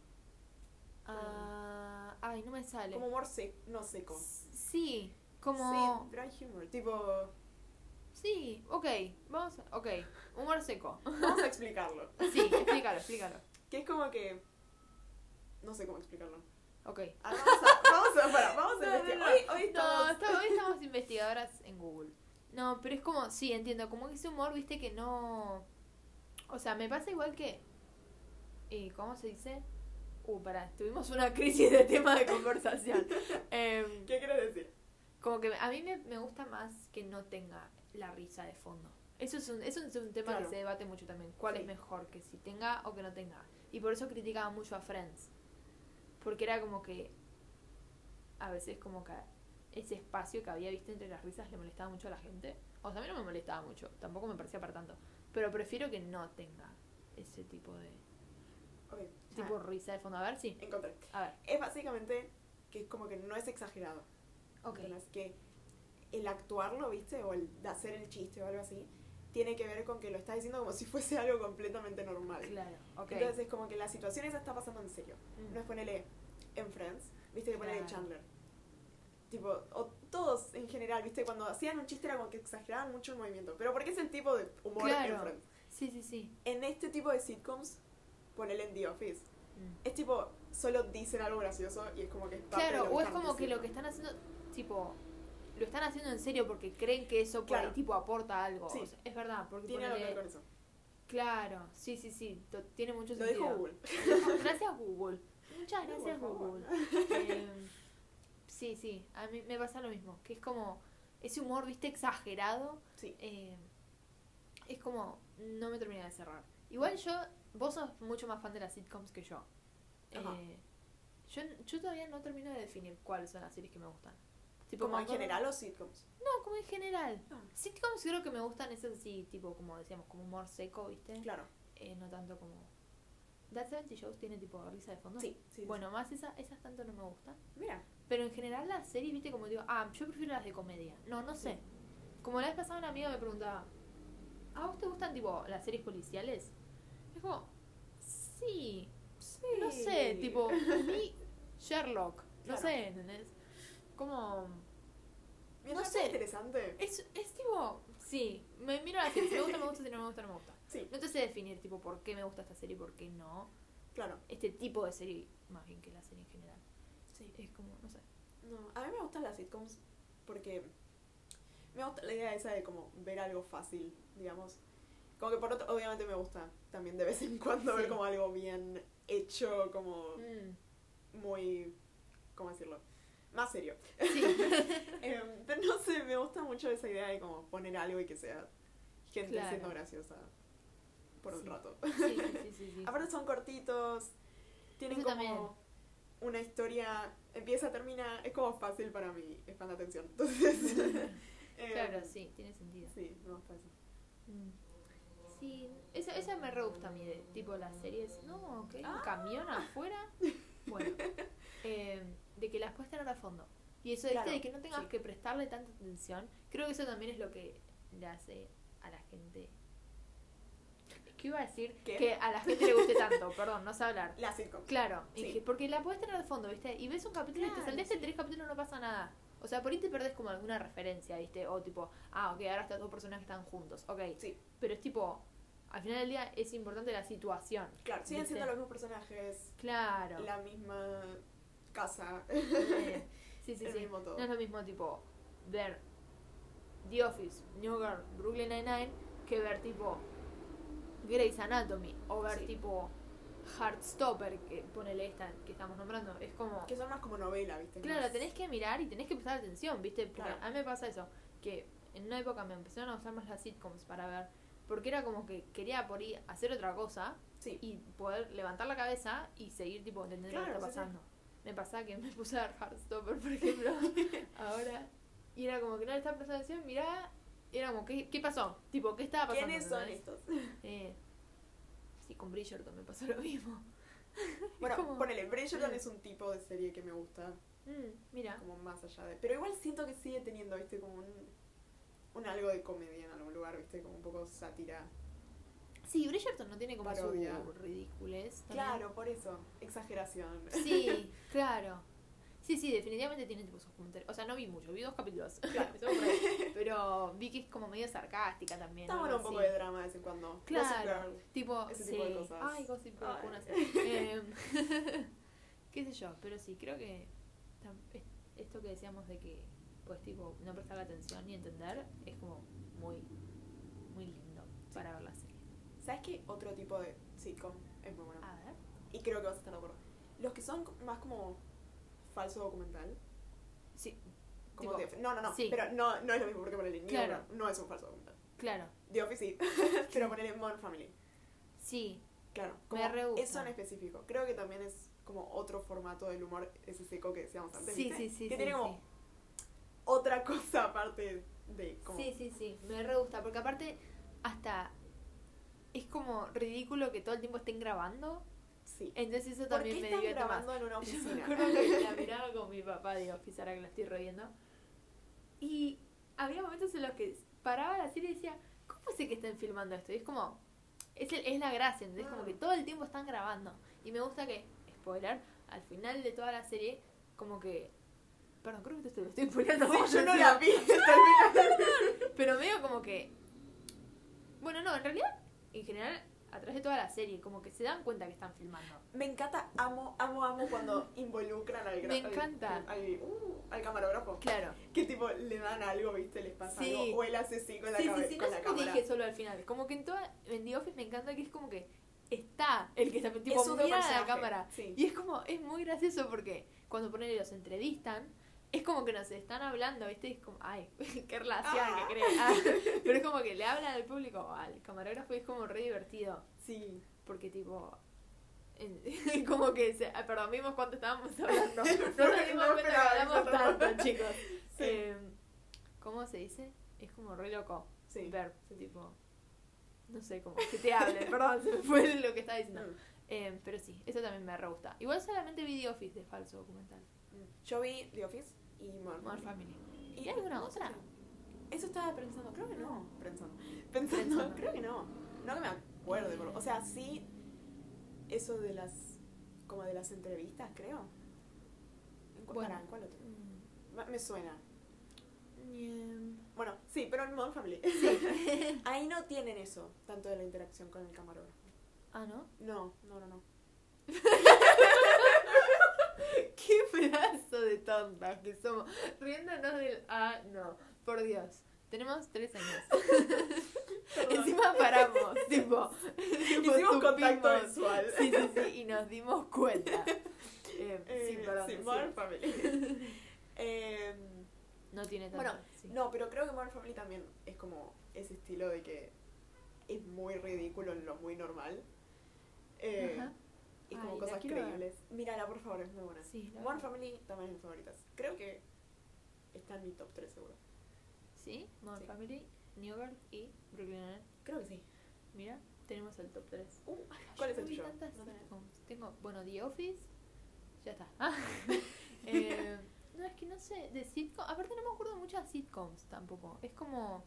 Ah, ay, no me sale. Como humor no seco. Sí, como... Sí, dry humor. Tipo... Sí, ok, vamos a... Ok, humor seco. Vamos a explicarlo. Sí, explícalo. Que es como que... No sé cómo explicarlo. Ok. Vamos a No, investigar. no. Hoy estamos... Hoy estamos investigadoras en Google. No, pero es como, sí, entiendo, como que ese humor, viste, que no... O sea, me pasa igual que... ¿Cómo se dice? Pará, tuvimos una crisis de tema de conversación. ¿Qué quieres decir? Como que a mí me gusta más que no tenga la risa de fondo. Eso es un tema Claro. que se debate mucho también. ¿Cuál Sí. es mejor? Que si tenga o que no tenga. Y por eso criticaba mucho a Friends. Porque era como que a veces como que ese espacio que había visto entre las risas le molestaba mucho a la gente. O sea, a mí no me molestaba mucho. Tampoco me parecía para tanto. Pero prefiero que no tenga ese tipo de... Ok. Tipo risa de fondo. A ver, sí. Encontré. A ver. Es básicamente que es como que no es exagerado. Ok. ¿Entendés? Que el actuarlo, ¿viste? O el de hacer el chiste o algo así, tiene que ver con que lo estás diciendo como si fuese algo completamente normal. Claro. Ok. Entonces es como que la situación esa está pasando en serio. Mm. No es ponerle en Friends, ¿viste? Que ponele Claro. Chandler. Tipo, o todos en general, ¿viste? Cuando hacían un chiste era como que exageraban mucho el movimiento. Pero porque es el tipo de humor Claro. en Friends. Sí, sí, sí. En este tipo de sitcoms, ponele en The Office. Mm. Es tipo, solo dicen algo gracioso y es como que es parte de Claro, lo que o es están como que lo diciendo. que están haciendo, tipo, lo están haciendo en serio porque creen que eso por Claro. ahí, tipo, aporta algo. Sí. O sea, es verdad, porque Tiene algo que ver ponele... con eso. Claro, sí, sí, sí, tiene mucho Lo sentido. dijo Google. Gracias, Google. Muchas No, gracias, por favor. Google. Sí, sí, a mí me pasa lo mismo, que es como ese humor, viste, exagerado. Sí. Es como, no me termina de cerrar. Igual vos sos mucho más fan de las sitcoms que yo. Ajá. Yo todavía no termino de definir cuáles son las series que me gustan. Tipo, ¿Como me en acuerdo- general o sitcoms? No, como en general. Ah. Sitcoms creo que me gustan esas así, tipo, como decíamos, como humor seco, ¿viste? Claro. No tanto como... That 70 Shows tiene tipo risa de fondo. Sí, sí. Bueno, más esas tanto no me gustan. Mira. Pero en general las series, ¿viste? Como digo, yo prefiero las de comedia. No sé. Como la vez pasada una amiga me preguntaba, ¿a vos te gustan tipo las series policiales? Es como, sí, no sé, tipo, vi Sherlock, no Claro. sé, ¿entendés? Como, Mientras no sea sé. interesante. es tipo, sí, me miro la serie, si me gusta, si no me gusta, no me gusta. Sí, No te sé definir, tipo, por qué me gusta esta serie y por qué no. claro. Este tipo de serie, más bien que la serie en general. Sí. Es como, no sé. No, a mí me gustan las sitcoms porque me gusta la idea esa de como ver algo fácil, digamos. Como que por otro, obviamente me gusta también de vez en cuando Sí. ver como algo bien hecho, como Mm, muy, ¿cómo decirlo? Más serio. sí. Pero no sé, me gusta mucho esa idea de como poner algo y que sea gente Claro. siendo graciosa por un Sí. rato. Sí. Aparte son cortitos, tienen Eso como también. una historia, empieza, termina, es como fácil para mí, es fan de atención. Entonces, Claro, sí, tiene sentido. Sí, me gusta eso. Mm. Sí, esa me re gusta a mí, de tipo las series. No, que hay un Ah. camión afuera. Bueno, de que las puedes tener a fondo. Y eso Claro, de que no tengas sí. que prestarle tanta atención, creo que eso también es lo que le hace a la gente. ¿Qué iba a decir? ¿Qué? Que a la gente le guste tanto, perdón, no sé hablar. La sitcom. Claro, Sí. porque la podés tener de fondo, ¿viste? Y ves un capítulo y Claro, te saltaste sí. 3 capítulos, no pasa nada. O sea, por ahí te perdés como alguna referencia, ¿viste? O tipo, ok, ahora estas dos personas están juntos, ok. Sí, Pero es tipo, al final del día es importante la situación. claro, siguen ¿viste? siendo los mismos personajes, Claro. la misma casa, Sí, sí, el sí. mismo todo. No es lo mismo, tipo, ver The Office, New Girl, Brooklyn Nine-Nine, que ver, tipo, Grey's Anatomy. O ver, Sí. tipo, Heartstopper, que ponele esta que estamos nombrando. Es como... Que son más como novela, ¿viste? Claro, Más- tenés que mirar y tenés que prestar atención, ¿viste? Porque Claro. a mí me pasa eso, que en una época me empezaron a gustar más las sitcoms para ver, porque era como que quería por ahí hacer otra cosa Sí, y poder levantar la cabeza y seguir, tipo, entendiendo lo que Claro, está sí, pasando. Me pasaba que me puse a ver Heartstopper, por ejemplo, ahora, y era como que no le estaba prestando atención, miraba, y era como, ¿qué pasó? Tipo, ¿qué estaba pasando? ¿quiénes son ¿entendés? estos? Sí, con Bridgerton me pasó lo mismo. Bueno, como- ponele, Bridgerton Mm. es un tipo de serie que me gusta, Mira, como más allá de... Pero igual siento que sigue teniendo, ¿viste? Como un algo de comedia en algún lugar, ¿viste? Como un poco sátira. sí, Bridgerton no tiene como Parodia. su ridiculez. también. Claro, por eso, exageración. Sí, claro. Sí, definitivamente tiene tipo sus comentarios. O sea, no vi mucho, vi 2 capítulos. Claro. Empezamos por ahí. Pero vi que es como medio sarcástica también. Está ¿no? bueno un Algo poco así. de drama de vez en cuando. Claro, Gossip Girl. tipo, ese sí. tipo de cosas. Ay, Gossip Girl, Ay. una qué sé yo, pero sí, creo que esto que decíamos de que pues tipo no prestar atención ni entender es como muy lindo para ver la serie. ¿Sabes qué otro tipo de sitcom es muy bueno? A ver. Y creo que vas a estar de acuerdo. Los que son más como falso documental. Sí. Como Tipo, no, sí. pero no es lo mismo porque por el Claro. no es un falso documental. Claro. The Office sí. Pero ponerle Modern Family. Sí. Claro. Me Como re gusta. eso en específico. Creo que también es como otro formato del humor, ese seco que decíamos antes. Sí, ¿viste? sí, sí. Que sí, tiene como sí. otra cosa aparte de como... Sí. Me re gusta. Porque aparte, hasta es como ridículo que todo el tiempo estén grabando. Sí. Entonces eso ¿Por también qué me están divierte más. grabando en una Yo oficina? me acuerdo que la miraba con mi papá de Office, ahora que la estoy riendo. Y había momentos en los que paraba la serie y decía, ¿cómo sé que están filmando esto? Y es como, es la gracia, ¿entendés? Como que todo el tiempo están grabando. Y me gusta que, spoiler, al final de toda la serie, como que... Perdón, creo que te lo estoy spoileando. Sí, yo no la vi hasta el final. Pero medio como que... Bueno, no, en realidad, en general, a través de toda la serie, como que se dan cuenta que están filmando. Me encanta, amo cuando involucran al Me encanta. al camarógrafo. Claro. Que tipo le dan algo, ¿viste? Les pasa Sí. algo. O él hace así con la, Sí, cabeza, no con es la que cámara. dije solo al final. Como que en The Office me encanta que es como que está el que está tipo Es otro mira a la personaje, cámara. sí. Y es como, es muy gracioso porque cuando ponen y los entrevistan, es como que nos están hablando, ¿viste? Y es como, ay, qué relación que creen. Pero es como que le hablan al público, al camarógrafo, y es como re divertido. Sí. Porque tipo... como que perdón, vimos cuánto estábamos hablando. No nos dimos cuenta que hablamos tanto, chicos. Sí. ¿Cómo se dice? Es como re loco. Sí. Ver, tipo, no sé, como que te hable, perdón, se me fue lo que estaba diciendo. Pero sí, eso también me re gusta. Igual solamente vi The Office de falso documental. Yo vi The Office y Modern Family. ¿Y ¿Y alguna no otra? sé si- Eso estaba pensando, creo que no. Pensando, Pensando. creo que no. No que me acuerde, o sea, sí, eso de las, como de las entrevistas, creo. Bueno. ¿En cuál otro? Me suena. Bueno, sí, pero en Modern Family. Ahí no tienen eso, tanto de la interacción con el camarógrafo. Ah, ¿no? No. Qué pedazo de tontas que somos. Riéndonos del... Ah, no. Por Dios. Tenemos 3 años. Encima paramos, tipo hicimos contacto visual. Sí, y nos dimos cuenta. Sí, perdón. Sí, decía. Modern Family. No tiene tanto. Bueno, sí. no, pero creo que Modern Family también es como ese estilo de que es muy ridículo en lo muy normal. Ajá. Y como Ay, la cosas quiero ver. creíbles. Mírala, por favor, es muy buena. Sí, la Modern verdad. Family también es de mis favoritas. Creo que está en mi top 3 seguro. ¿Sí? Modern Sí. Family, New Girl y Brooklyn Nine-Nine. Creo que sí. Mira, tenemos el top 3. ¿Cuál es Yo el vi tuyo? tantas No tenés. sitcoms. Tengo, bueno, The Office. Ya está. No, es que no sé, de sitcom. Aparte no me acuerdo muchas sitcoms tampoco. Es como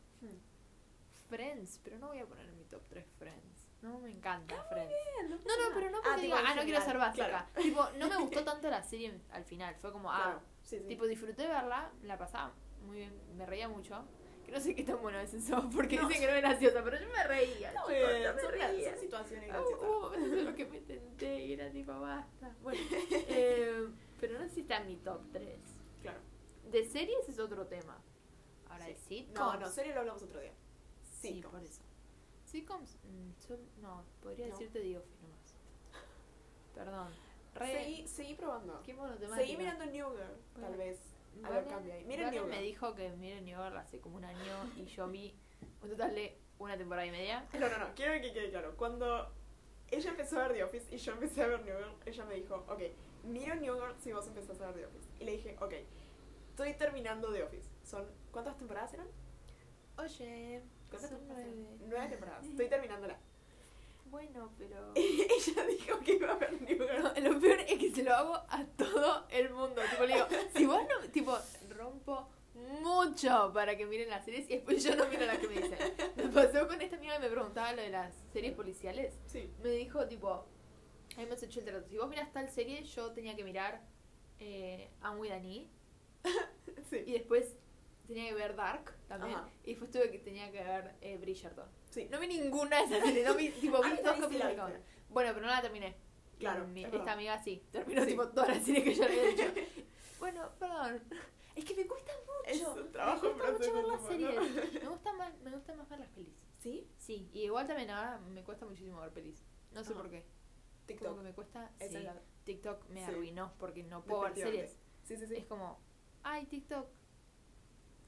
Friends, pero no voy a poner en mi top 3 Friends. No me encanta Friends. No, pero no porque diga, no quiero ser básica. Claro. Tipo, no me gustó tanto la serie al final. Fue como, Claro, sí. tipo, disfruté verla, la pasaba muy bien, me reía mucho. Que no sé qué tan bueno es eso, porque dicen que no es graciosa, pero yo me reía. No, chicos, yo me reía. son situaciones graciosas. Eso es lo que me tenté y era tipo, basta. Bueno, pero no sé si está en mi top 3. Claro. De series es otro tema. Ahora, de sitcoms. No, serie lo hablamos otro día. Sí, por eso. Sitcoms, no, podría No. decirte The Office nomás. Perdón. Seguí probando. Qué monotemática. Seguí mirando New Girl, tal vez. Algo cambia ahí. Miren New Valen me Girl. dijo que miren New Girl hace como un año y yo vi un total de 1 temporada y media. No, quiero que quede claro. Cuando ella empezó a ver The Office y yo empecé a ver New Girl, ella me dijo, ok, miro New Girl si vos empezás a ver The Office. Y le dije, ok, estoy terminando The Office. ¿Cuántas temporadas eran? Oye, ¿Cuántas son temporadas eran? 9. 9 temporadas. Estoy terminándola. Bueno, pero... Ella dijo que iba a ver New Girl. No, lo peor es que se lo hago a todo el mundo. Tipo, le digo, si vos no... Tipo, rompo mucho para que miren las series y después yo no miro las que me dicen. Me pasó con esta amiga que me preguntaba lo de las series policiales. Sí. Me dijo, tipo, hemos hecho el trato. Si vos mirás tal serie, yo tenía que mirar I'm with an E. Sí. Y después tenía que ver Dark también. Ajá. Y después tenía que ver Bridgerton. Sí. No vi ninguna de esas series. No vi, tipo, vi Ah, 2 esa sí capítulos la de cada viste. una. Bueno, pero no la terminé. Claro, Y es esta verdad. amiga sí. Terminó Sí. tipo toda la serie que yo le había dicho. Bueno, perdón. Es que me cuesta mucho. Es un trabajo me en cuesta mucho ver las proceso, ¿no? series. Me gusta más ver las pelis. ¿Sí? Sí, y igual también ahora me cuesta muchísimo ver pelis. No sé Ajá. por qué. TikTok. Como que me cuesta. Esa Sí, es la- TikTok me Sí. arruinó porque no puedo ver series. Sí. Es como, ay, TikTok.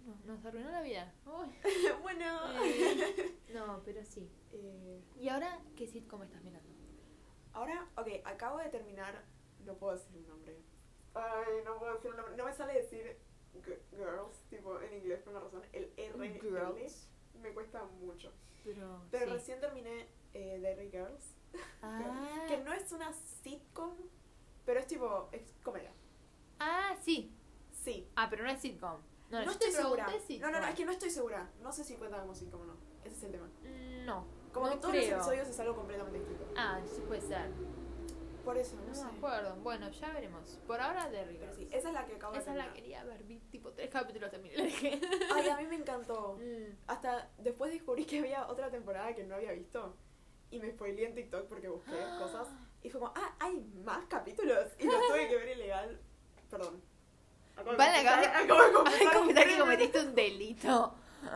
Nos arruinó la vida. Uy. Bueno. No, pero sí. ¿Y ahora qué sitcom estás mirando? Ahora, ok, acabo de terminar. No puedo decir un nombre. Ay, no puedo decir un nombre. No me sale decir girls, tipo en inglés por una razón. El R Girls. me cuesta mucho. Pero sí. Recién terminé Derry Girls. Ah. Que no es una sitcom, pero es tipo, es comedia. Ah, sí. Sí. Ah, pero no es sitcom. No yo estoy te segura. pregunté sitcom. No, es que no estoy segura. No sé si cuenta como sitcom o no. Ese es el tema. No. Como no que todos creo. los episodios es algo completamente distinto. Ah, sí puede ser. Por eso, No no sé. me acuerdo. Bueno, ya veremos. Por ahora de Pero Rivers. sí, esa es la que acabo de Esa terminar. la quería ver. Vi tipo 3 capítulos también. La dejé. Ay, a mí me encantó. Mm. Hasta después descubrí que había otra temporada que no había visto. Y me spoileé en TikTok porque busqué cosas. Y fue como, hay más capítulos. Y los tuve que ver ilegal. Perdón. Acabo de confesar que cometiste un delito.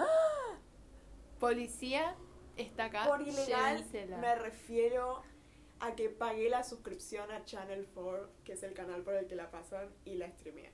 Policía está acá. Por ilegal llévensela. me refiero a que pagué la suscripción a Channel 4, que es el canal por el que la pasan, y la streameé.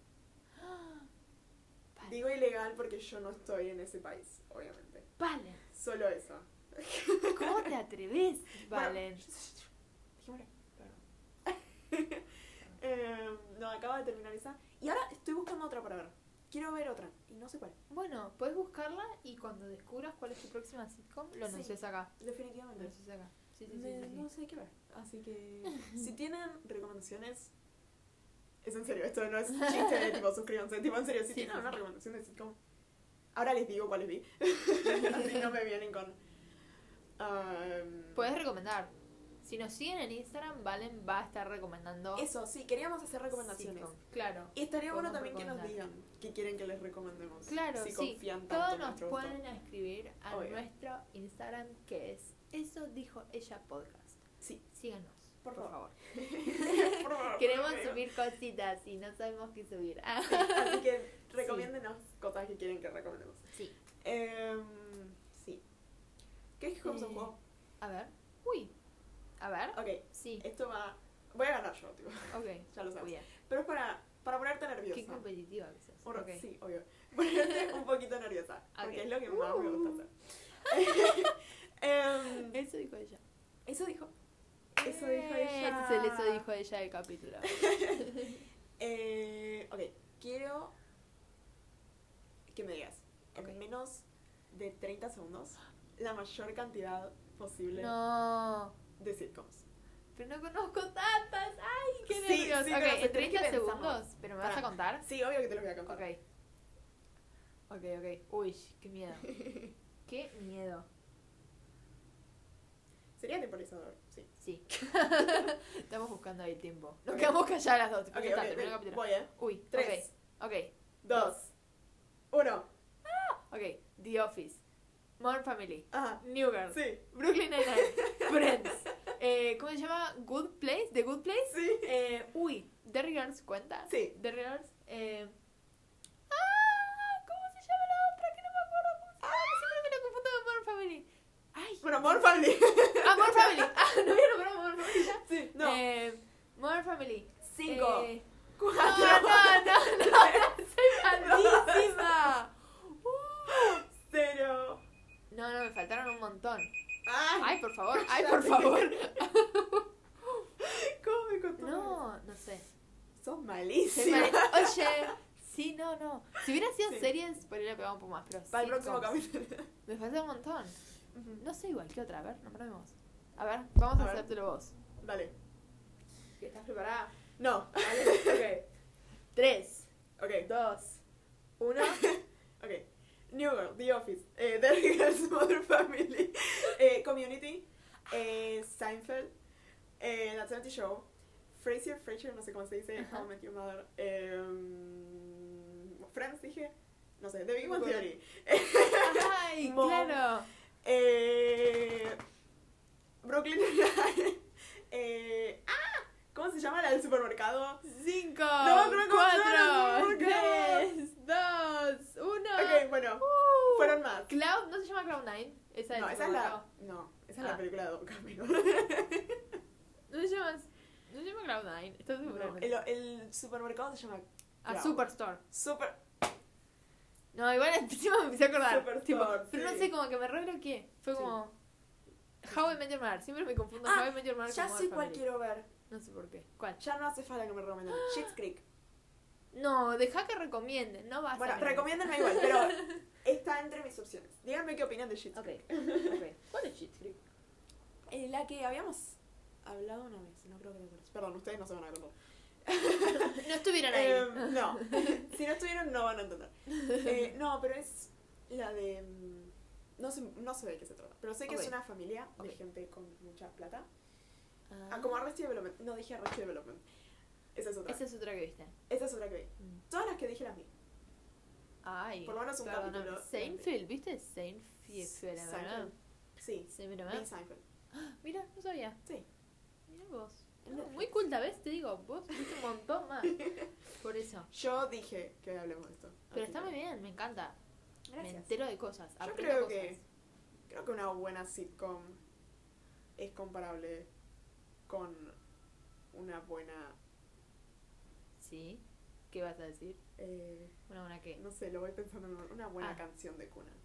Vale. Digo ilegal porque yo no estoy en ese país, obviamente. Valen. Solo eso. ¿Cómo te atreves? Valen. Bueno, dijémosle. No, acabo de terminar esa. Y ahora estoy buscando otra para ver. Quiero ver otra. Y no sé cuál. Bueno, puedes buscarla y cuando descubras cuál es tu próxima sitcom, lo Sí. anuncias acá. Lo Definitivamente. anuncias acá. Sí. No sé qué ver. Así que si tienen recomendaciones. Es en serio, esto no es chiste de tipo suscríbanse. Tipo en serio, si Sí, tienen sí, una sí. recomendación de sitcom. Ahora les digo cuáles vi. Así no me vienen con. Puedes recomendar. Si nos siguen en Instagram, Valen va a estar recomendando Eso, sí, queríamos hacer recomendaciones. sitcom. Claro. Y estaría bueno Podemos también que nos recomendar. digan qué quieren que les recomendemos. Claro, si sí. confían tanto Todos en nos nuestro gusto. pueden escribir a Obvio. nuestro Instagram, que es Eso Dijo Ella Podcast. Sí. Síganos, Por por favor. favor. Por favor, Queremos por favor. subir cositas y no sabemos qué subir. Ah. Sí, así que recomiéndenos cosas que quieren que recomendemos. Sí. Sí. ¿Qué es un juego? A ver. Uy. A ver. Ok, Sí. esto va. Voy a ganar yo, tipo. Ok. Ya lo sabes. Bien. Pero es para ponerte nerviosa. Qué competitiva que sos. Bueno, Ok. sí, obvio. Ponerte un poquito nerviosa. Porque Ok. es lo que más me gusta hacer. Eso dijo ella. Eso dijo. Eso dijo ella. Este es el eso dijo ella del capítulo. Ok, quiero que me digas Ok. en menos de 30 segundos la mayor cantidad posible No. de sitcoms. Pero no conozco tantas. Ay, qué Sí, nervios. sí, ok, pero en tenés que 30 pensarlo. segundos. ¿Pero me vas a Pará. contar? Sí, obvio que te lo voy a contar. Ok. Ok. Uy, qué miedo. Qué miedo. Sería temporizador, sí. Sí. Estamos buscando ahí el tiempo. Nos Ok. quedamos calladas las dos. Ok, Ya está, ok, terminó el capítulo. voy, Uy, 3, ok. 2, 1. Ok. The Office. Modern Family. Ajá, New Girl. sí, Brooklyn Nine-Nine. Friends. ¿Cómo se llama? Good Place. The Good Place. sí. Uy, Derry Girls cuenta. Sí. Derry Girls. ¿Cómo se llama la otra? Que no me acuerdo cómo se llama. Siempre me la confundo con Modern Family. Ay. Bueno, Modern Family. Modern Family. No había nombrado Modern Family ya. Sí, no. Modern Family. 5, 4. No. Soy malísima. 0. No, me faltaron un montón. Ay, Ay, por favor. ¿cómo me costó? No sé. Sos Soy malísima. Oye, sí, no. Si hubiera sido Sí. series, podría haber pegado un poco más, pero Para el próximo sitcoms, capítulo. me falta un montón. Ujú. No sé igual, ¿qué otra? A ver, nombremos. A ver, vamos a A ver. hacértelo vos. Dale. ¿Estás preparada? No. Vale, ok. 3, Ok. 2, 1. Ok. New Girl, The Office, Derry Girls, Modern Family, Community, Seinfeld, That 70 Show, Frasier, no sé cómo se dice, Ajá. How I Met Your Mother, Friends dije, no sé, The Big Bang Theory, Ay, Mom. claro. Brooklyn Nine-Nine, ¿cómo se llama la del supermercado? 5, No me acuerdo cómo se llama 4, el supermercado. 3, 2, 1. Ok, bueno, fueron más. Cloud, ¿no se llama Cloud9? Esa No, del esa es la. supermercado. No, esa es la Ah. película de Don Camino. No se llama Cloud9, ¿estás segura? No, el supermercado se llama. Ah, Cloud. Superstore. Super. No, igual encima me empecé a acordar. Superstore, pero no sí. sé, como que me re bloqueé. Fue Sí. como... How I Met Your Mother. Siempre me confundo How I Met Your Mother Ya con sé Modern cuál Family. quiero ver. No sé por qué. ¿Cuál? Ya no hace falta que me recomienden. Schitt's Creek. No, deja que recomienden. No vas Bueno, a mirar. recomiéndenme igual, pero está entre mis opciones. Díganme qué opinan de Schitt's Ok, Creek. ok. ¿Cuál es Schitt's Creek? La que habíamos hablado una vez, no creo que te acuerdes. Perdón, ustedes no se van a acordar. No estuvieran ahí. No, si no estuvieron no van a entender. No, pero es la de... no sé de qué se trata, pero sé que Ok. es una familia de Ok. gente con mucha plata. Como Arrested Development. No dije Arrested Development. Esa es otra. Esa es otra que viste. Esa es otra que vi. Todas las que dije las vi. Ay. Por lo menos un perdóname. capítulo. Seinfeld, ¿viste? Seinfeld, ¿verdad? Seinfeld. Sí, Sí, mira, vi Seinfeld. mira, no sabía. Sí. Mira vos. En Netflix. Muy culta, ¿ves? Te digo, vos viste un montón más. Por eso. Yo dije que hablemos de esto. Pero así está que- muy bien, me encanta. Me Gracias. entero de cosas. Yo aprendo creo cosas. creo que una buena sitcom es comparable con una buena... ¿Sí? ¿Qué vas a decir? eh, ¿Una buena qué? no sé, lo voy pensando en una buena Ah. canción de cuna.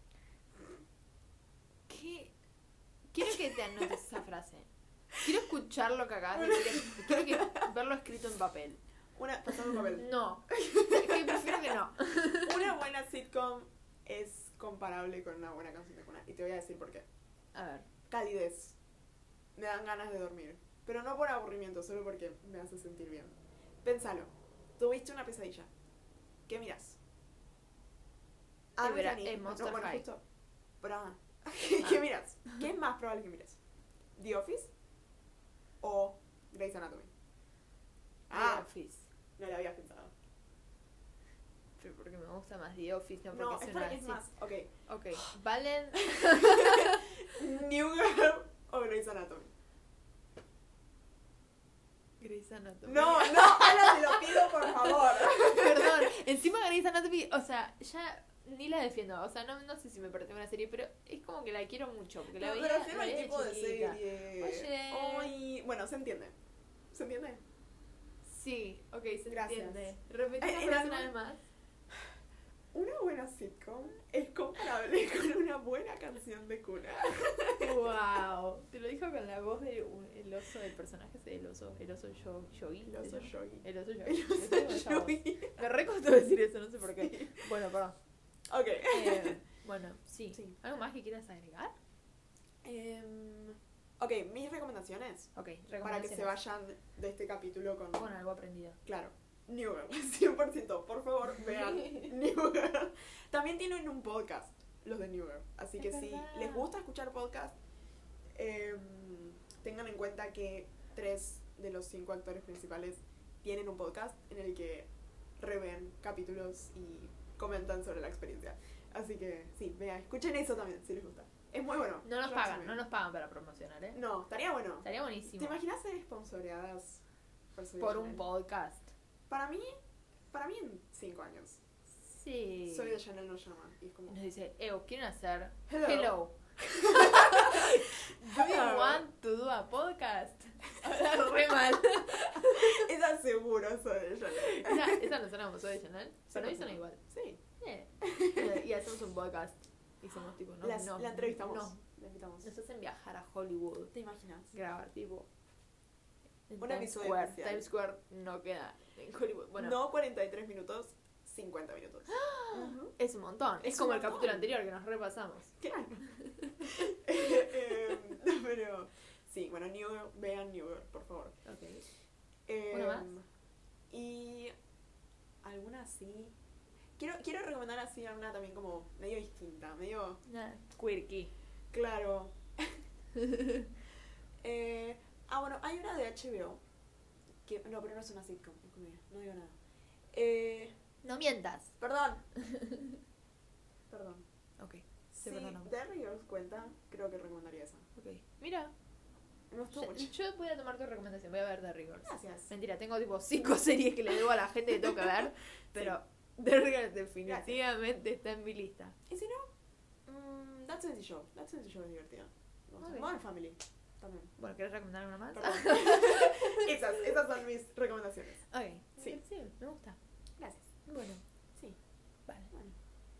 ¿Qué? Quiero que te anotes esa frase. Quiero escuchar lo que acabas de decir. Quiero verlo escrito en papel. Pasando un papel. No. Es que prefiero que no. Una buena sitcom es comparable con una buena canción de cuna. Y te voy a decir por qué. A ver. Calidez. Me dan ganas de dormir. Pero no por aburrimiento, solo porque me hace sentir bien. Pénsalo. Tuviste una pesadilla. ¿Qué miras? Monster bueno, High. justo. Pero, ¿qué miras? ¿Qué es más probable que mires? ¿The Office? ¿O Grey's Anatomy? The Office. No lo habías pensado. Pero porque me gusta más The Office, no No, porque es es una porque es más. Ok. Ok. Valen. ¿New Girl o Grey's Anatomy? Grey's Anatomy. No, Ana, te lo pido por favor. Perdón. Encima Grey's Anatomy, o sea, ya ni la defiendo. O sea, no sé si me parece una serie, pero es como que la quiero mucho. Porque la No, veía, me refiero la al veía tipo de chiquita. serie. Oye. Ay, bueno, se entiende. ¿Se entiende? Sí, ok, se Gracias. entiende. Repetí la En frase algún- una vez más. Una buena sitcom es comparable con una buena canción de cuna. Wow. Te lo dijo con la voz del oso del personaje, el oso Yogi. El oso Yogi. El oso Yogi. El oso Yo tengo esa voz. Yogi. Me re costó decir eso, no sé por qué. Sí. Bueno, perdón. Ok. Bueno, sí. Sí. ¿Algo más que quieras agregar? Ok, mis recomendaciones. Ok, Para que se vayan de este capítulo con... con algo aprendido. Claro. New Girl, 100%. Por favor, vean New Girl. También tienen un podcast, los de New Girl. Así que Es si verdad. les gusta escuchar podcast, tengan en cuenta que 3 de los 5 actores principales tienen un podcast en el que reven capítulos y comentan sobre la experiencia. Así que sí, vean, escuchen eso también si les gusta. Es muy bueno. No nos Yo pagan, recomiendo. no nos pagan para promocionar, ¿eh? No, estaría bueno. Estaría buenísimo. ¿Te imaginas ser sponsoreadas Por un podcast. Para mí en 5 años. Sí. Soy de Chanel nos llama. Y es como... Nos dice, ¿quieren hacer? Hello. Hello. Do you want to do a podcast? Habla re mal. Esa seguro soy de Chanel. Esa no suena como soy de Chanel. Para mí suena igual. Sí. Y hacemos un podcast. Y somos tipo, no, La entrevistamos. No. La invitamos. Nos hacen viajar a Hollywood. ¿Te imaginas? Grabar tipo en Un Times episodio Square. especial. Times Square no queda en Hollywood. Bueno, No 43 minutos, 50 minutos. Ujú. es un montón. Es Es como un el montón. capítulo anterior que nos repasamos. Claro. Pero sí, bueno, New Girl, vean New Girl, por favor. Ok. Eh, ¿Una más? Y alguna así. Quiero recomendar así alguna también como medio distinta, medio Quirky. claro. Bueno, hay una de HBO que no, pero no es una sitcom, es comedia, no digo nada. No mientas. Perdón. Perdón. Ok. Si perdonamos. Derry Girls cuenta, creo que recomendaría esa. Ok. Mira, Me gustó mucho. yo voy a tomar tu recomendación. Voy a ver The Rigors. Gracias. Mentira, tengo tipo 5 series que le debo a la gente que tengo que ver. Pero The Rigors definitivamente está en mi lista. Y si no, That's 70 Show. That's 70 Show es divertida. Ok. Modern Family también. Bueno, ¿quieres recomendar una más? Perdón. esas son mis recomendaciones. Ok. Sí. Sí, me gusta. Gracias. Bueno, Sí. vale. Bueno.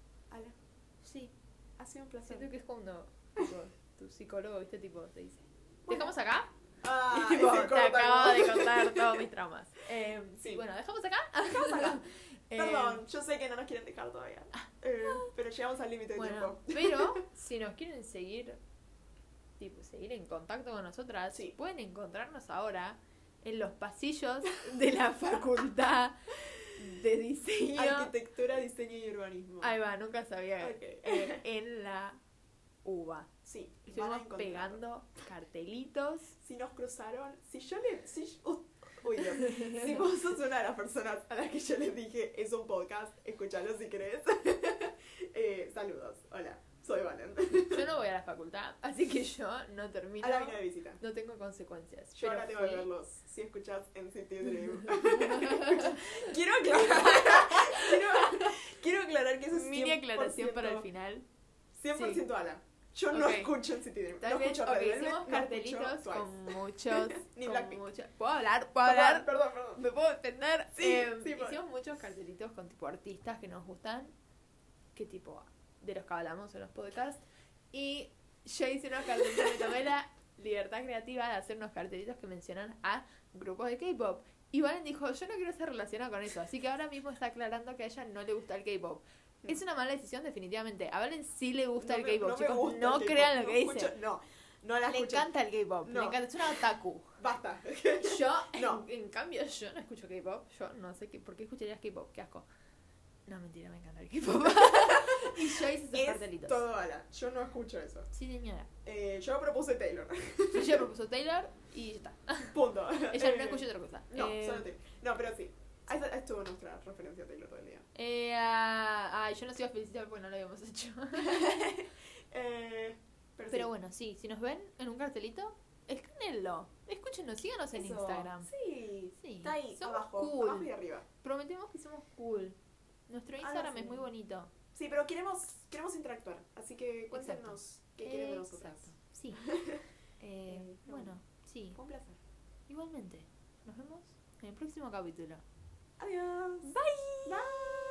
Siento que es cuando tipo, tu psicólogo, viste, tipo, te dice, ¿dejamos acá? Ah, Y tipo, ese te acabo corta, de contar todos mis traumas. Sí. Sí, bueno, ¿dejamos acá? Dejamos acá. Perdón, yo sé que no nos quieren dejar todavía. Pero llegamos al límite de Bueno, tiempo. pero si nos quieren seguir, tipo, seguir en contacto con nosotras, Sí. pueden encontrarnos ahora en los pasillos de la facultad de diseño. Arquitectura, diseño y urbanismo. Ahí va, nunca sabía. Ok. En la UBA. Sí, van a Estuvimos encontrar. pegando cartelitos. Si nos cruzaron, si yo le... uy, Dios. Si vos sos una de las personas a las que yo les dije, es un podcast, escúchalo si querés. Saludos, hola, soy Valen. Yo no voy a la facultad, así que yo no termino. Ahora vine de visita. No tengo consecuencias. Yo pero ahora tengo que fui- verlos si escuchás en City Dream. quiero aclarar. quiero aclarar que eso es 100%, Mini aclaración para el final. 100% Sí. Ala. Yo no Ok. escucho en City Dream. Tal no vez, escucho ok, Red Velvet, hicimos no cartelitos escucho Twice. con muchos. Ni con Blackpink. muchos- ¿Puedo hablar? ¿Puedo hablar? Perdón. ¿Me puedo defender? Sí, sí, por- hicimos muchos cartelitos con tipo artistas que nos gustan, que tipo de los que hablamos en los podcasts. Y yo hice unos cartelitos, me tomé la libertad creativa de hacer unos cartelitos que mencionan a grupos de K-pop. Y Valen dijo, yo no quiero ser relacionada con eso, así que ahora mismo está aclarando que a ella no le gusta el K-pop. Es una mala decisión definitivamente. A Valen sí le gusta el K-pop, me chicos, gusta no el K-pop, crean lo no que escucho- dice. No la Le escucho. encanta el K-pop, No. le encanta, es una otaku. Basta. Yo, No. en cambio, yo no escucho K-pop. Yo no sé por qué escucharías K-pop, qué asco. No, mentira, me encanta el K-pop. Y yo hice esos Es cartelitos. todo Ala. Yo no escucho eso. Sí, señora. Yo propuse Taylor. Ella propuso Taylor y ya está. Punto. Ella no escucha otra cosa. No, solo Taylor. No, pero sí. Ahí estuvo nuestra referencia a Taylor todo el día. Yo no se iba a felicitar porque no lo habíamos hecho. Pero Pero sí. bueno, sí, si nos ven en un cartelito, escánenlo. Escúchenos, síganos en Eso. Instagram. Sí. Sí, Está ahí, somos abajo. cool. Abajo y arriba. Prometemos que somos cool. Nuestro Instagram sí. es muy bonito. Sí, pero queremos interactuar. Así que cuéntenos qué quieren de nosotras. Exacto. Sí. Bueno, sí. Fue un placer. Igualmente. Nos vemos en el próximo capítulo. Adiós. Bye. Bye.